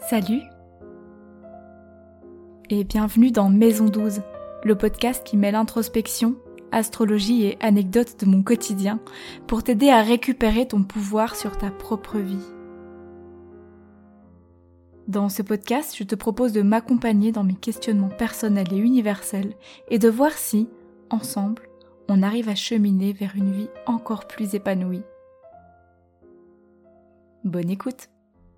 Salut et bienvenue dans Maison 12, le podcast qui mêle introspection, astrologie et anecdotes de mon quotidien pour t'aider à récupérer ton pouvoir sur ta propre vie. Dans ce podcast, je te propose de m'accompagner dans mes questionnements personnels et universels et de voir si, ensemble, on arrive à cheminer vers une vie encore plus épanouie. Bonne écoute!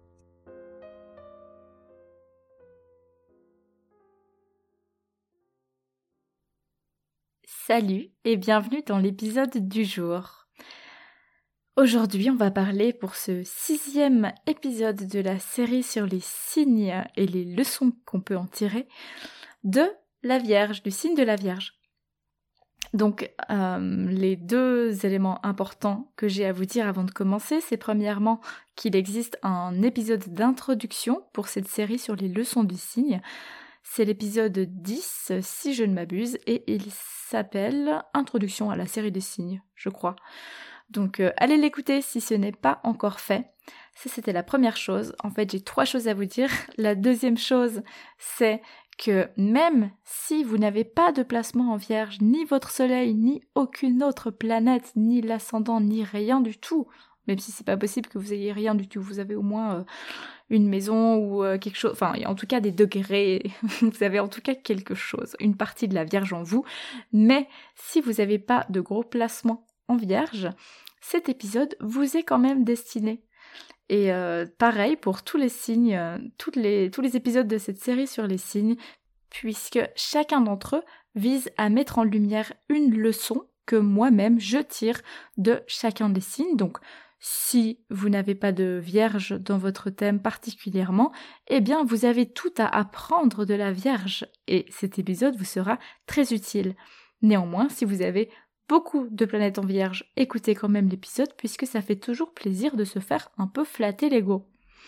Salut et bienvenue dans l'épisode du jour. Aujourd'hui, on va parler pour ce 6e épisode de la série sur les signes et les leçons qu'on peut en tirer de la Vierge, du signe de la Vierge. Donc, les deux éléments importants que j'ai à vous dire avant de commencer, c'est premièrement qu'il existe un épisode d'introduction pour cette série sur les leçons du signe. C'est l'épisode 10, si je ne m'abuse, et il s'appelle « Introduction à la série des signes », je crois. Donc allez l'écouter si ce n'est pas encore fait. Ça, c'était la première chose. En fait, j'ai 3 choses à vous dire. La deuxième chose, c'est que même si vous n'avez pas de placement en Vierge, ni votre soleil, ni aucune autre planète, ni l'ascendant, ni rien du tout, même si c'est pas possible que vous ayez rien du tout, vous avez au moins une maison ou quelque chose, enfin en tout cas des degrés, vous avez en tout cas quelque chose, une partie de la Vierge en vous, mais si vous n'avez pas de gros placements en Vierge, cet épisode vous est quand même destiné. Et pareil pour tous les signes, tous les épisodes de cette série sur les signes, puisque chacun d'entre eux vise à mettre en lumière une leçon que moi-même je tire de chacun des signes. Donc si vous n'avez pas de Vierge dans votre thème particulièrement, eh bien vous avez tout à apprendre de la Vierge et cet épisode vous sera très utile. Néanmoins, si vous avez beaucoup de planètes en Vierge, écoutez quand même l'épisode puisque ça fait toujours plaisir de se faire un peu flatter l'ego.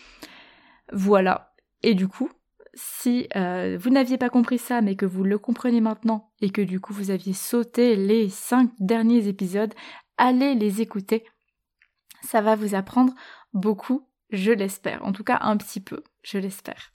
Voilà. Et du coup, si vous n'aviez pas compris ça mais que vous le comprenez maintenant et que du coup vous aviez sauté les 5 derniers épisodes, allez les écouter. Ça va vous apprendre beaucoup, je l'espère. En tout cas, un petit peu, je l'espère.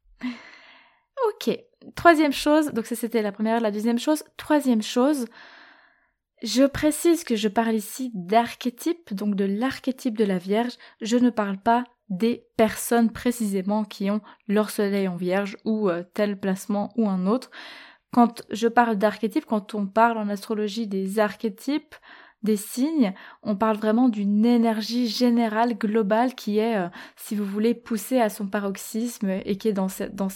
Ok, troisième chose, donc ça c'était la première, la deuxième chose. Troisième chose, je précise que je parle ici d'archétype, donc de l'archétype de la Vierge. Je ne parle pas des personnes précisément qui ont leur soleil en Vierge ou tel placement ou un autre. Quand je parle d'archétype, quand on parle en astrologie des archétypes, des signes, on parle vraiment d'une énergie générale, globale, qui est, si vous voulez, poussée à son paroxysme et qui est dans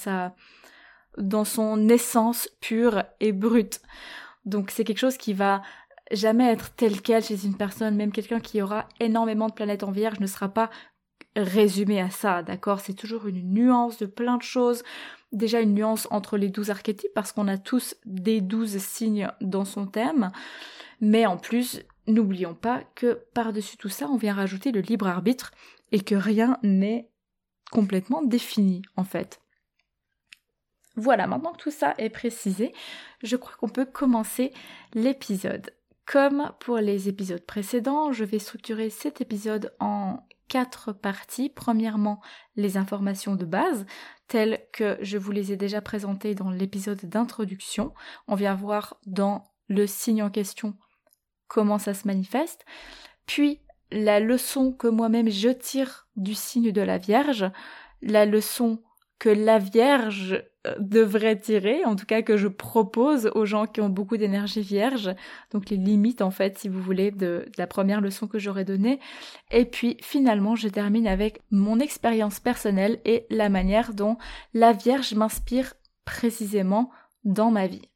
son essence pure et brute. Donc c'est quelque chose qui va jamais être tel quel chez une personne, même quelqu'un qui aura énormément de planètes en Vierge ne sera pas résumé à ça, d'accord ? C'est toujours une nuance de plein de choses. Déjà une nuance entre les 12 archétypes, parce qu'on a tous des 12 signes dans son thème, mais en plus, n'oublions pas que par-dessus tout ça, on vient rajouter le libre arbitre et que rien n'est complètement défini, en fait. Voilà, maintenant que tout ça est précisé, je crois qu'on peut commencer l'épisode. Comme pour les épisodes précédents, je vais structurer cet épisode en 4 parties. Premièrement, les informations de base, telles que je vous les ai déjà présentées dans l'épisode d'introduction. On vient voir dans le signe en question comment ça se manifeste. Puis, la leçon que moi-même je tire du signe de la Vierge, la leçon que la Vierge devrait tirer, en tout cas que je propose aux gens qui ont beaucoup d'énergie Vierge, donc les limites en fait, si vous voulez, de la première leçon que j'aurais donnée. Et puis finalement, je termine avec mon expérience personnelle et la manière dont la Vierge m'inspire précisément dans ma vie.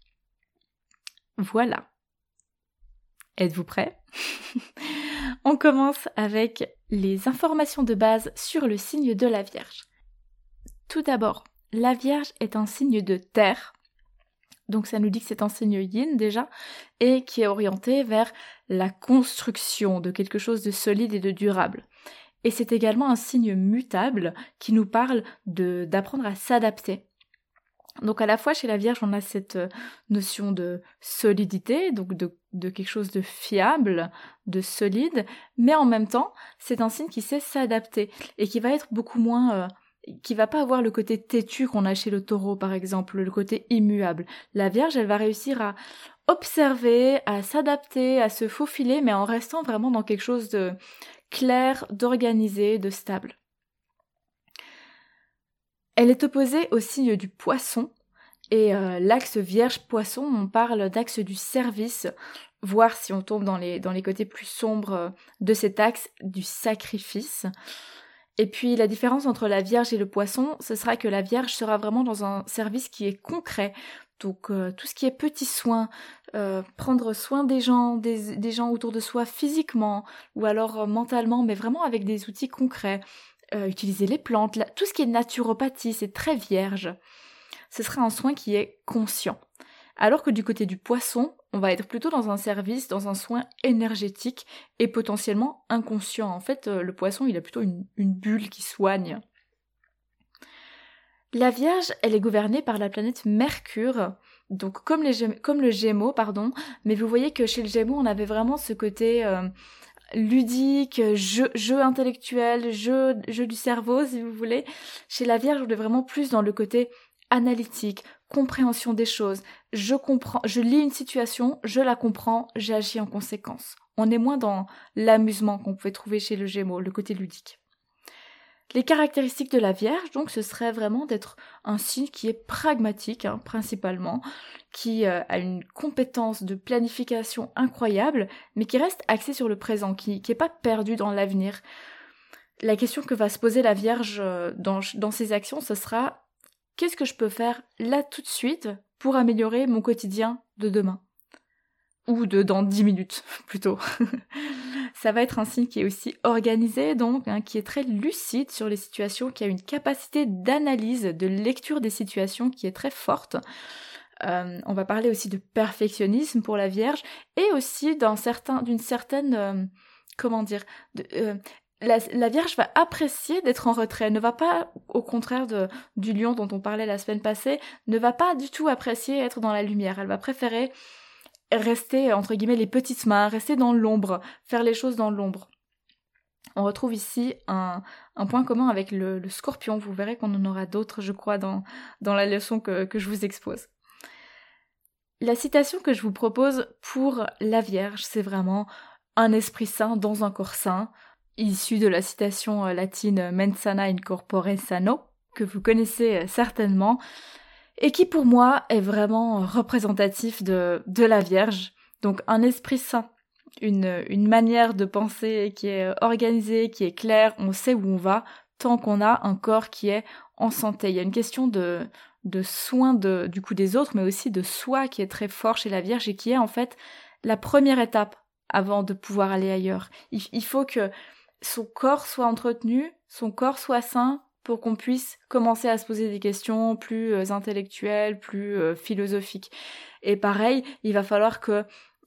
Voilà. Êtes-vous prêts ? On commence avec les informations de base sur le signe de la Vierge. Tout d'abord, la Vierge est un signe de terre, donc ça nous dit que c'est un signe yin déjà, et qui est orienté vers la construction de quelque chose de solide et de durable. Et c'est également un signe mutable qui nous parle d'apprendre à s'adapter. Donc à la fois chez la Vierge, on a cette notion de solidité, donc de quelque chose de fiable, de solide, mais en même temps, c'est un signe qui sait s'adapter et qui va être beaucoup moins qui va pas avoir le côté têtu qu'on a chez le taureau par exemple, le côté immuable. La Vierge, elle va réussir à observer, à s'adapter, à se faufiler, mais en restant vraiment dans quelque chose de clair, d'organisé, de stable. Elle est opposée au signe du Poisson, et l'axe Vierge-Poisson, on parle d'axe du service, voire si on tombe dans les côtés plus sombres de cet axe, du sacrifice. Et puis la différence entre la Vierge et le Poisson, ce sera que la Vierge sera vraiment dans un service qui est concret. Donc tout ce qui est petits soins, prendre soin des gens autour de soi physiquement ou alors mentalement, mais vraiment avec des outils concrets. Utiliser les plantes, tout ce qui est naturopathie, c'est très Vierge. Ce sera un soin qui est conscient. Alors que du côté du Poisson, on va être plutôt dans un service, dans un soin énergétique et potentiellement inconscient. En fait, le Poisson, il a plutôt une bulle qui soigne. La Vierge, elle est gouvernée par la planète Mercure, donc comme le Gémeaux, mais vous voyez que chez le Gémeaux, on avait vraiment ce côté ludique, jeu intellectuel, jeu du cerveau, si vous voulez. Chez la Vierge, on est vraiment plus dans le côté analytique, compréhension des choses. Je lis une situation, je la comprends, j'agis en conséquence. On est moins dans l'amusement qu'on pouvait trouver chez le Gémeaux, le côté ludique. Les caractéristiques de la Vierge, donc, ce serait vraiment d'être un signe qui est pragmatique, principalement, qui a une compétence de planification incroyable, mais qui reste axé sur le présent, qui n'est pas perdu dans l'avenir. La question que va se poser la Vierge dans ses actions, ce sera « Qu'est-ce que je peux faire là tout de suite pour améliorer mon quotidien de demain ?» Ou de dans 10 minutes, plutôt. Ça va être un signe qui est aussi organisé, donc, qui est très lucide sur les situations, qui a une capacité d'analyse, de lecture des situations qui est très forte. On va parler aussi de perfectionnisme pour la Vierge, et aussi d'une certaine... La Vierge va apprécier d'être en retrait, ne va pas, au contraire du lion dont on parlait la semaine passée, ne va pas du tout apprécier être dans la lumière. Elle va préférer rester, entre guillemets, les petites mains, rester dans l'ombre, faire les choses dans l'ombre. On retrouve ici un point commun avec le Scorpion. Vous verrez qu'on en aura d'autres, je crois, dans la leçon que je vous expose. La citation que je vous propose pour la Vierge, c'est vraiment « un esprit sain dans un corps sain », issue de la citation latine « mens sana in corpore sano », que vous connaissez certainement, et qui pour moi est vraiment représentatif de la Vierge. Donc un esprit sain, une manière de penser qui est organisée, qui est claire, on sait où on va, tant qu'on a un corps qui est en santé. Il y a une question de soin du coup des autres, mais aussi de soi qui est très fort chez la Vierge et qui est en fait la première étape avant de pouvoir aller ailleurs. Il faut que son corps soit entretenu, son corps soit sain, pour qu'on puisse commencer à se poser des questions plus intellectuelles, plus philosophiques. Et pareil, il va falloir que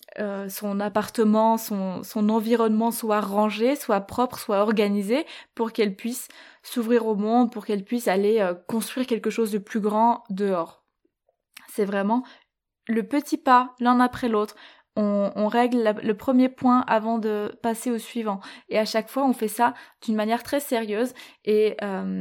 son appartement, son environnement soit rangé, soit propre, soit organisé, pour qu'elle puisse s'ouvrir au monde, pour qu'elle puisse aller construire quelque chose de plus grand dehors. C'est vraiment le petit pas, l'un après l'autre. On règle le premier point avant de passer au suivant. Et à chaque fois, on fait ça d'une manière très sérieuse et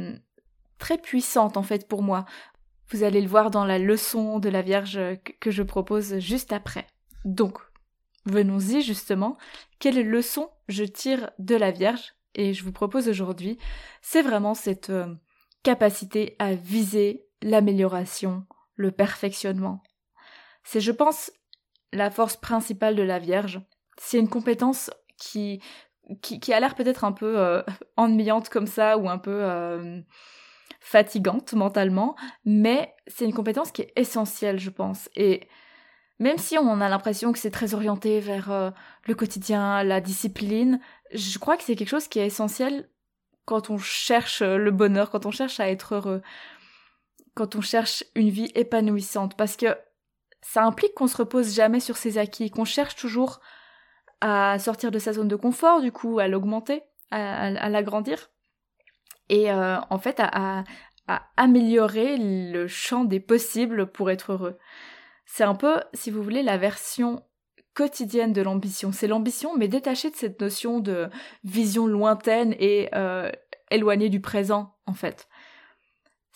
très puissante, en fait, pour moi. Vous allez le voir dans la leçon de la Vierge que je propose juste après. Donc, venons-y justement. Quelle leçon je tire de la Vierge? Et je vous propose aujourd'hui, c'est vraiment cette capacité à viser l'amélioration, le perfectionnement. C'est, je pense, la force principale de la Vierge. C'est une compétence qui a l'air peut-être un peu ennuyante comme ça, ou un peu fatigante mentalement, mais c'est une compétence qui est essentielle, je pense. Et même si on a l'impression que c'est très orienté vers le quotidien, la discipline, je crois que c'est quelque chose qui est essentiel quand on cherche le bonheur, quand on cherche à être heureux, quand on cherche une vie épanouissante, parce que ça implique qu'on se repose jamais sur ses acquis, qu'on cherche toujours à sortir de sa zone de confort, du coup, à l'augmenter, à l'agrandir, et en fait à améliorer le champ des possibles pour être heureux. C'est un peu, si vous voulez, la version quotidienne de l'ambition. C'est l'ambition, mais détachée de cette notion de vision lointaine et éloignée du présent, en fait.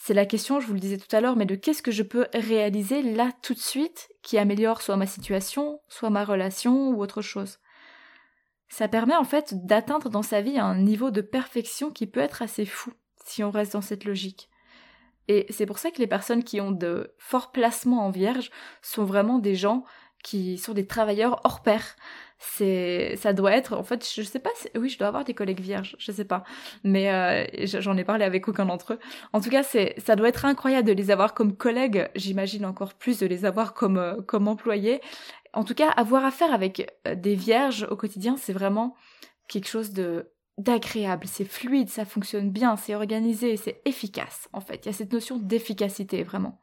c'est la question, je vous le disais tout à l'heure, mais de qu'est-ce que je peux réaliser là tout de suite qui améliore soit ma situation, soit ma relation ou autre chose. Ça permet en fait d'atteindre dans sa vie un niveau de perfection qui peut être assez fou si on reste dans cette logique. Et c'est pour ça que les personnes qui ont de forts placements en vierge sont vraiment des gens qui sont des travailleurs hors pair. Ça doit être, en fait, je sais pas, oui, je dois avoir des collègues vierges, je sais pas, mais j'en ai parlé avec aucun d'entre eux. En tout cas, ça doit être incroyable de les avoir comme collègues, j'imagine encore plus de les avoir comme employés. En tout cas, avoir affaire avec des vierges au quotidien, c'est vraiment quelque chose d'agréable, c'est fluide, ça fonctionne bien, c'est organisé, c'est efficace, en fait. Il y a cette notion d'efficacité, vraiment.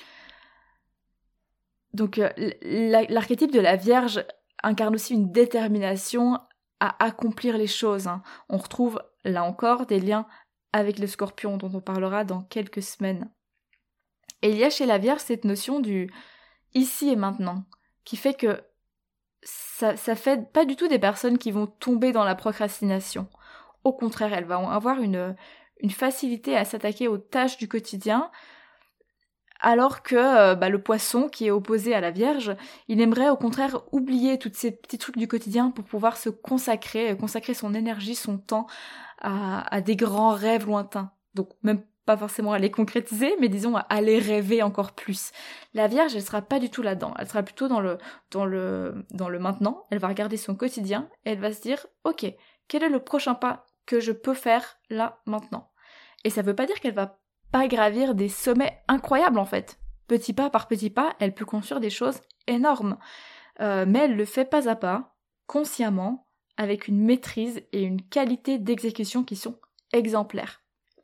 Donc, l'archétype de la Vierge incarne aussi une détermination à accomplir les choses. On retrouve, là encore, des liens avec le Scorpion, dont on parlera dans quelques semaines. Et il y a chez la Vierge cette notion du ici et maintenant, qui fait que ça fait pas du tout des personnes qui vont tomber dans la procrastination. Au contraire, elles vont avoir une facilité à s'attaquer aux tâches du quotidien, alors que le poisson, qui est opposé à la Vierge, il aimerait au contraire oublier tous ces petits trucs du quotidien pour pouvoir se consacrer son énergie, son temps à des grands rêves lointains. Donc même pas forcément à les concrétiser, mais disons à les rêver encore plus. La Vierge, elle sera pas du tout là-dedans. Elle sera plutôt dans le maintenant. Elle va regarder son quotidien et elle va se dire, ok, quel est le prochain pas que je peux faire là, maintenant? Et ça veut pas dire qu'elle va pas gravir des sommets incroyables en fait. Petit pas par petit pas, elle peut construire des choses énormes. Mais elle le fait pas à pas, consciemment, avec une maîtrise et une qualité d'exécution qui sont exemplaires.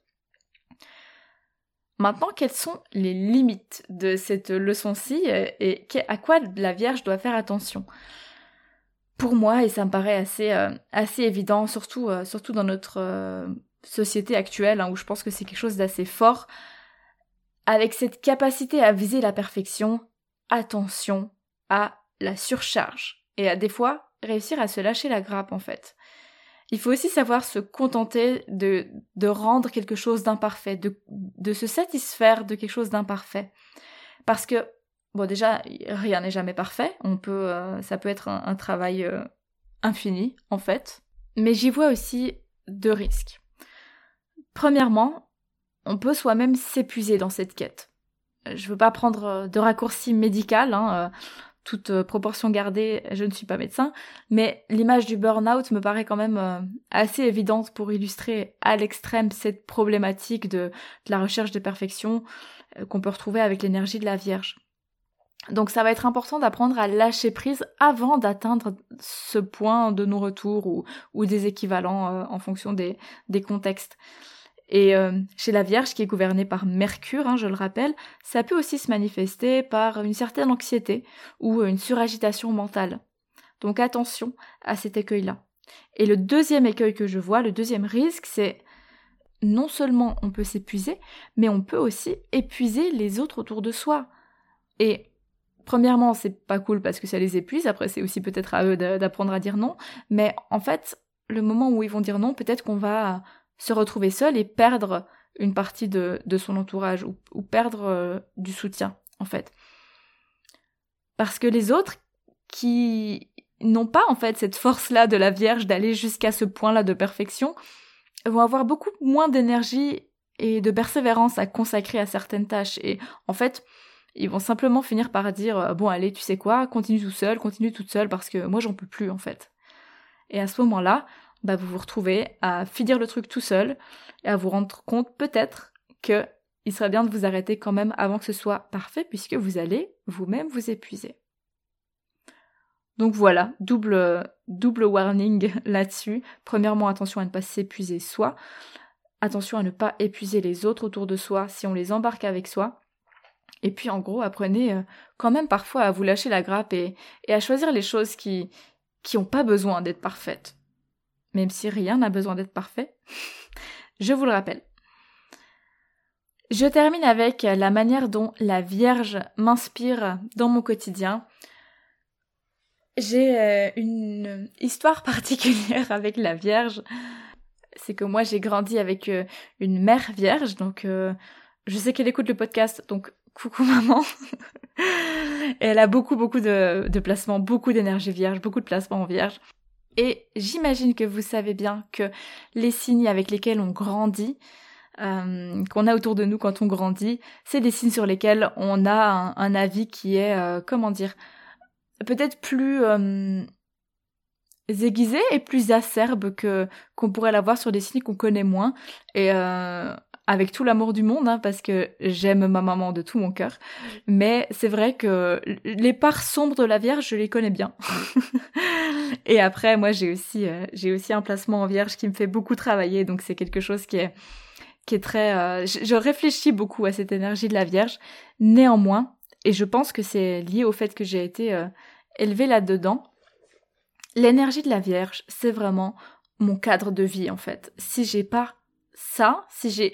Maintenant, quelles sont les limites de cette leçon-ci et à quoi la Vierge doit faire attention? Pour moi, et ça me paraît assez évident, surtout dans notre société actuelle, où je pense que c'est quelque chose d'assez fort, avec cette capacité à viser la perfection, attention à la surcharge, et à des fois réussir à se lâcher la grappe en fait. Il faut aussi savoir se contenter de rendre quelque chose d'imparfait, de se satisfaire de quelque chose d'imparfait. Parce que, bon déjà, rien n'est jamais parfait, ça peut être un travail infini en fait, mais j'y vois aussi deux risques. Premièrement, on peut soi-même s'épuiser dans cette quête. Je veux pas prendre de raccourci médical, toute proportion gardée, je ne suis pas médecin, mais l'image du burn-out me paraît quand même assez évidente pour illustrer à l'extrême cette problématique de la recherche de perfection qu'on peut retrouver avec l'énergie de la Vierge. Donc ça va être important d'apprendre à lâcher prise avant d'atteindre ce point de non-retour ou des équivalents en fonction des contextes. Et chez la Vierge, qui est gouvernée par Mercure, je le rappelle, ça peut aussi se manifester par une certaine anxiété ou une suragitation mentale. Donc attention à cet écueil-là. Et le deuxième écueil que je vois, le deuxième risque, c'est non seulement on peut s'épuiser, mais on peut aussi épuiser les autres autour de soi. Et premièrement, c'est pas cool parce que ça les épuise, après c'est aussi peut-être à eux d'apprendre à dire non, mais en fait, le moment où ils vont dire non, peut-être qu'on va se retrouver seul et perdre une partie de son entourage ou perdre du soutien, en fait. Parce que les autres qui n'ont pas, en fait, cette force-là de la Vierge d'aller jusqu'à ce point-là de perfection vont avoir beaucoup moins d'énergie et de persévérance à consacrer à certaines tâches. Et en fait, ils vont simplement finir par dire « Bon, allez, tu sais quoi, continue toute seule parce que moi, j'en peux plus, en fait. » Et à ce moment-là, vous vous retrouvez à finir le truc tout seul et à vous rendre compte peut-être qu'il serait bien de vous arrêter quand même avant que ce soit parfait puisque vous allez vous-même vous épuiser. Donc voilà, double warning là-dessus. Premièrement, attention à ne pas s'épuiser soi. Attention à ne pas épuiser les autres autour de soi si on les embarque avec soi. Et puis en gros, apprenez quand même parfois à vous lâcher la grappe et à choisir les choses qui n'ont pas besoin d'être parfaites. Même si rien n'a besoin d'être parfait, je vous le rappelle. Je termine avec la manière dont la Vierge m'inspire dans mon quotidien. J'ai une histoire particulière avec la Vierge. C'est que moi j'ai grandi avec une mère vierge, donc Je sais qu'elle écoute le podcast, donc coucou maman. Et elle a beaucoup de placements, beaucoup d'énergie vierge, beaucoup de placements en vierge. Et j'imagine que vous savez bien que les signes avec lesquels on grandit, qu'on a autour de nous quand on grandit, c'est des signes sur lesquels on a un avis qui est, peut-être plus aiguisé et plus acerbe qu'on pourrait l'avoir sur des signes qu'on connaît moins. Et avec tout l'amour du monde, parce que j'aime ma maman de tout mon cœur. Mais c'est vrai que les parts sombres de la Vierge, je les connais bien. Et après, moi, j'ai aussi un placement en Vierge qui me fait beaucoup travailler, donc c'est quelque chose qui est très... je réfléchis beaucoup à cette énergie de la Vierge. Néanmoins, et je pense que c'est lié au fait que j'ai été élevée là-dedans, l'énergie de la Vierge, c'est vraiment mon cadre de vie, en fait. Si j'ai pas ça,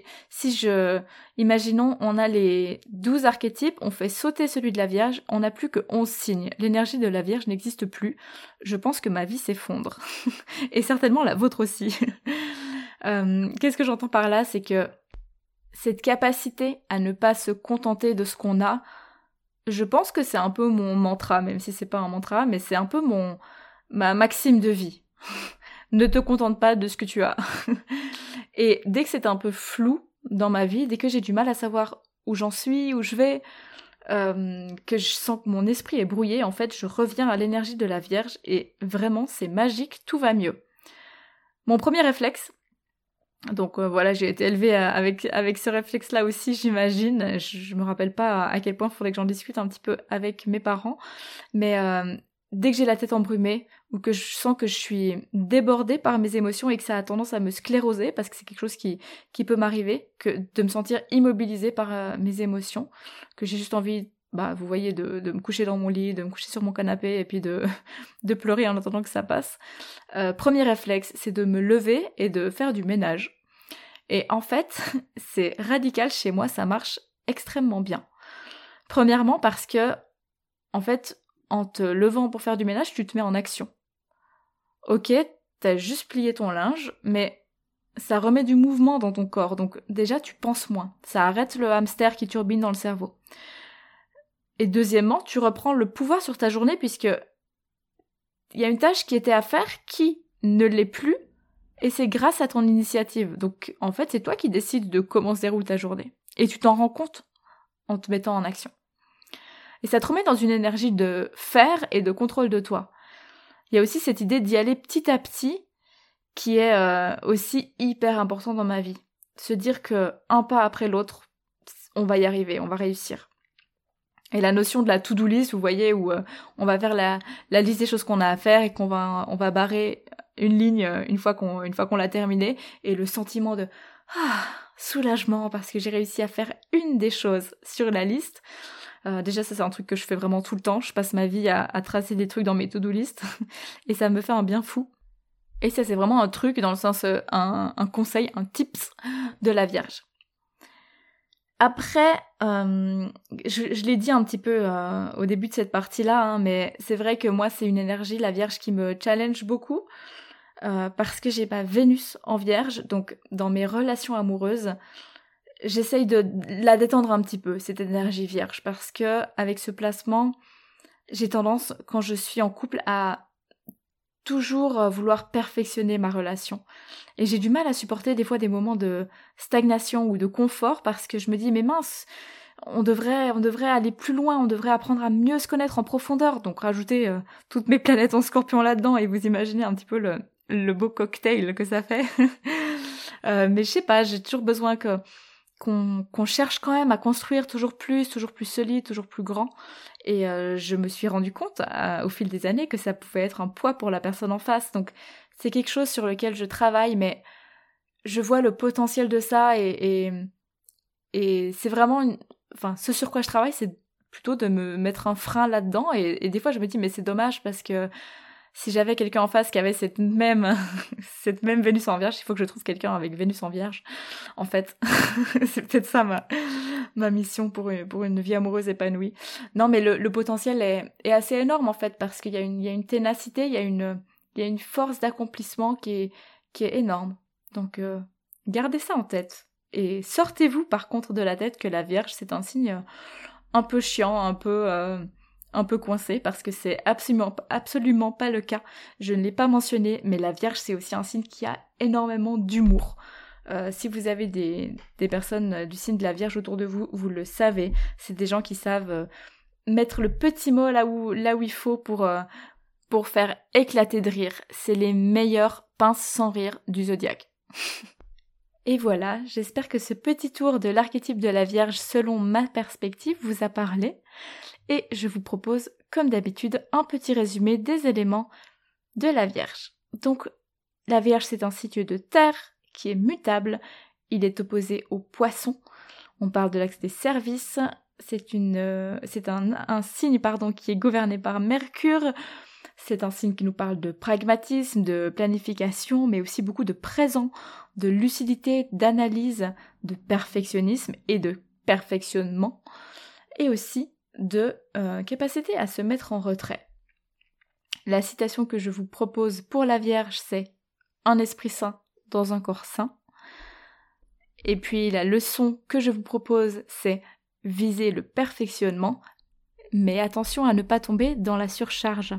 imaginons, on a les 12 archétypes, on fait sauter celui de la Vierge, on n'a plus que 11 signes. L'énergie de la Vierge n'existe plus. Je pense que ma vie s'effondre. Et certainement la vôtre aussi. Qu'est-ce que j'entends par là? C'est que cette capacité à ne pas se contenter de ce qu'on a, je pense que c'est un peu mon mantra, même si c'est pas un mantra, mais c'est un peu ma maxime de vie. Ne te contente pas de ce que tu as. Et dès que c'est un peu flou dans ma vie, dès que j'ai du mal à savoir où j'en suis, où je vais, que je sens que mon esprit est brouillé, en fait, je reviens à l'énergie de la Vierge et vraiment, c'est magique, tout va mieux. Mon premier réflexe, donc voilà, j'ai été élevée avec ce réflexe-là aussi, j'imagine. Je me rappelle pas à quel point il faudrait que j'en discute un petit peu avec mes parents, mais dès que j'ai la tête embrumée ou que je sens que je suis débordée par mes émotions et que ça a tendance à me scléroser, parce que c'est quelque chose qui peut m'arriver, que de me sentir immobilisée par mes émotions, que j'ai juste envie, vous voyez, de me coucher dans mon lit, de me coucher sur mon canapé et puis de pleurer en attendant que ça passe. Premier réflexe, c'est de me lever et de faire du ménage. Et en fait, c'est radical chez moi, ça marche extrêmement bien. Premièrement parce que, en fait, en te levant pour faire du ménage, tu te mets en action. Ok, t'as juste plié ton linge, mais ça remet du mouvement dans ton corps, donc déjà tu penses moins. Ça arrête le hamster qui turbine dans le cerveau. Et deuxièmement, tu reprends le pouvoir sur ta journée puisque il y a une tâche qui était à faire qui ne l'est plus, et c'est grâce à ton initiative. Donc en fait, c'est toi qui décides de comment se déroule ta journée. Et tu t'en rends compte en te mettant en action. Et ça te remet dans une énergie de faire et de contrôle de toi. Il y a aussi cette idée d'y aller petit à petit qui est aussi hyper important dans ma vie. Se dire que un pas après l'autre, on va y arriver, on va réussir. Et la notion de la to-do list, vous voyez, où on va faire la liste des choses qu'on a à faire et on va barrer une ligne une fois qu'on l'a terminée, et le sentiment de soulagement parce que j'ai réussi à faire une des choses sur la liste. Déjà ça c'est un truc que je fais vraiment tout le temps, je passe ma vie à tracer des trucs dans mes to-do list et ça me fait un bien fou. Et ça c'est vraiment un truc dans le sens un conseil, un tips de la Vierge. Après, je l'ai dit un petit peu au début de cette partie-là, mais c'est vrai que moi c'est une énergie, la Vierge, qui me challenge beaucoup parce que j'ai ma Vénus en Vierge, donc dans mes relations amoureuses, j'essaye de la détendre un petit peu, cette énergie Vierge, parce que avec ce placement, j'ai tendance, quand je suis en couple, à toujours vouloir perfectionner ma relation. Et j'ai du mal à supporter des fois des moments de stagnation ou de confort parce que je me dis, mais mince, on devrait aller plus loin, on devrait apprendre à mieux se connaître en profondeur. Donc rajouter toutes mes planètes en Scorpion là-dedans et vous imaginez un petit peu le beau cocktail que ça fait. Mais je sais pas, j'ai toujours besoin qu'on cherche quand même à construire toujours plus solide, toujours plus grand. Et je me suis rendu compte au fil des années que ça pouvait être un poids pour la personne en face. Donc c'est quelque chose sur lequel je travaille, mais je vois le potentiel de ça et c'est vraiment ce sur quoi je travaille, c'est plutôt de me mettre un frein là-dedans. Et des fois je me dis mais c'est dommage parce que si j'avais quelqu'un en face qui avait cette même Vénus en Vierge, il faut que je trouve quelqu'un avec Vénus en Vierge. En fait, c'est peut-être ça ma mission pour une vie amoureuse épanouie. Non, mais le potentiel est assez énorme en fait, parce qu'il y a une ténacité, il y a une force d'accomplissement qui est énorme. Donc, gardez ça en tête. Et sortez-vous par contre de la tête que la Vierge, c'est un signe un peu chiant, un peu coincé, parce que c'est absolument pas le cas. Je ne l'ai pas mentionné, mais la Vierge, c'est aussi un signe qui a énormément d'humour. Si vous avez des personnes du signe de la Vierge autour de vous, vous le savez. C'est des gens qui savent mettre le petit mot là où il faut pour faire éclater de rire. C'est les meilleurs pinces sans rire du zodiaque. Et voilà, j'espère que ce petit tour de l'archétype de la Vierge selon ma perspective vous a parlé. Et je vous propose, comme d'habitude, un petit résumé des éléments de la Vierge. Donc, la Vierge, c'est un signe de terre qui est mutable. Il est opposé au Poisson. On parle de l'axe des services. C'est un signe qui est gouverné par Mercure. C'est un signe qui nous parle de pragmatisme, de planification, mais aussi beaucoup de présent, de lucidité, d'analyse, de perfectionnisme et de perfectionnement, et aussi de capacité à se mettre en retrait. La citation que je vous propose pour la Vierge, c'est « Un esprit sain dans un corps sain ». Et puis la leçon que je vous propose, c'est « Viser le perfectionnement », mais attention à ne pas tomber dans la surcharge.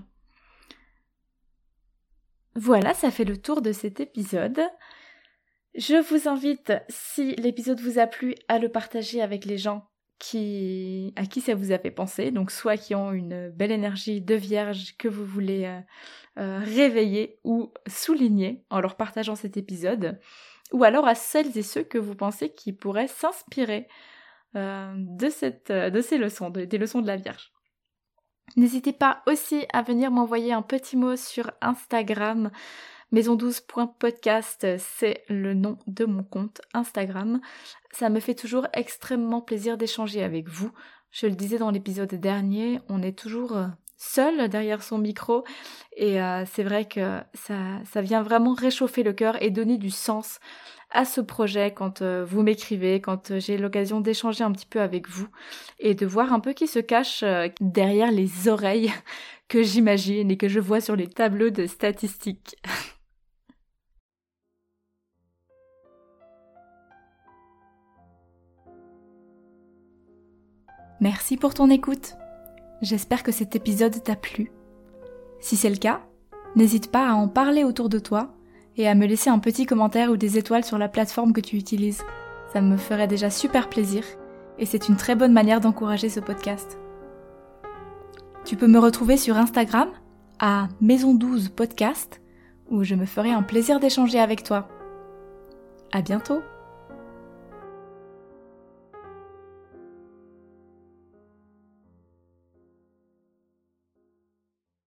Voilà, ça fait le tour de cet épisode. Je vous invite, si l'épisode vous a plu, à le partager avec les gens à qui ça vous a fait penser, donc soit qui ont une belle énergie de Vierge que vous voulez réveiller ou souligner en leur partageant cet épisode, ou alors à celles et ceux que vous pensez qui pourraient s'inspirer de ces leçons, des leçons de la Vierge. N'hésitez pas aussi à venir m'envoyer un petit mot sur Instagram. maison12.podcast, c'est le nom de mon compte Instagram. Ça me fait toujours extrêmement plaisir d'échanger avec vous. Je le disais dans l'épisode dernier, on est toujours seul derrière son micro et c'est vrai que ça vient vraiment réchauffer le cœur et donner du sens à ce projet quand vous m'écrivez, quand j'ai l'occasion d'échanger un petit peu avec vous et de voir un peu qui se cache derrière les oreilles que j'imagine et que je vois sur les tableaux de statistiques. Merci pour ton écoute. J'espère que cet épisode t'a plu. Si c'est le cas, n'hésite pas à en parler autour de toi et à me laisser un petit commentaire ou des étoiles sur la plateforme que tu utilises. Ça me ferait déjà super plaisir et c'est une très bonne manière d'encourager ce podcast. Tu peux me retrouver sur Instagram à maison12podcast où je me ferai un plaisir d'échanger avec toi. À bientôt!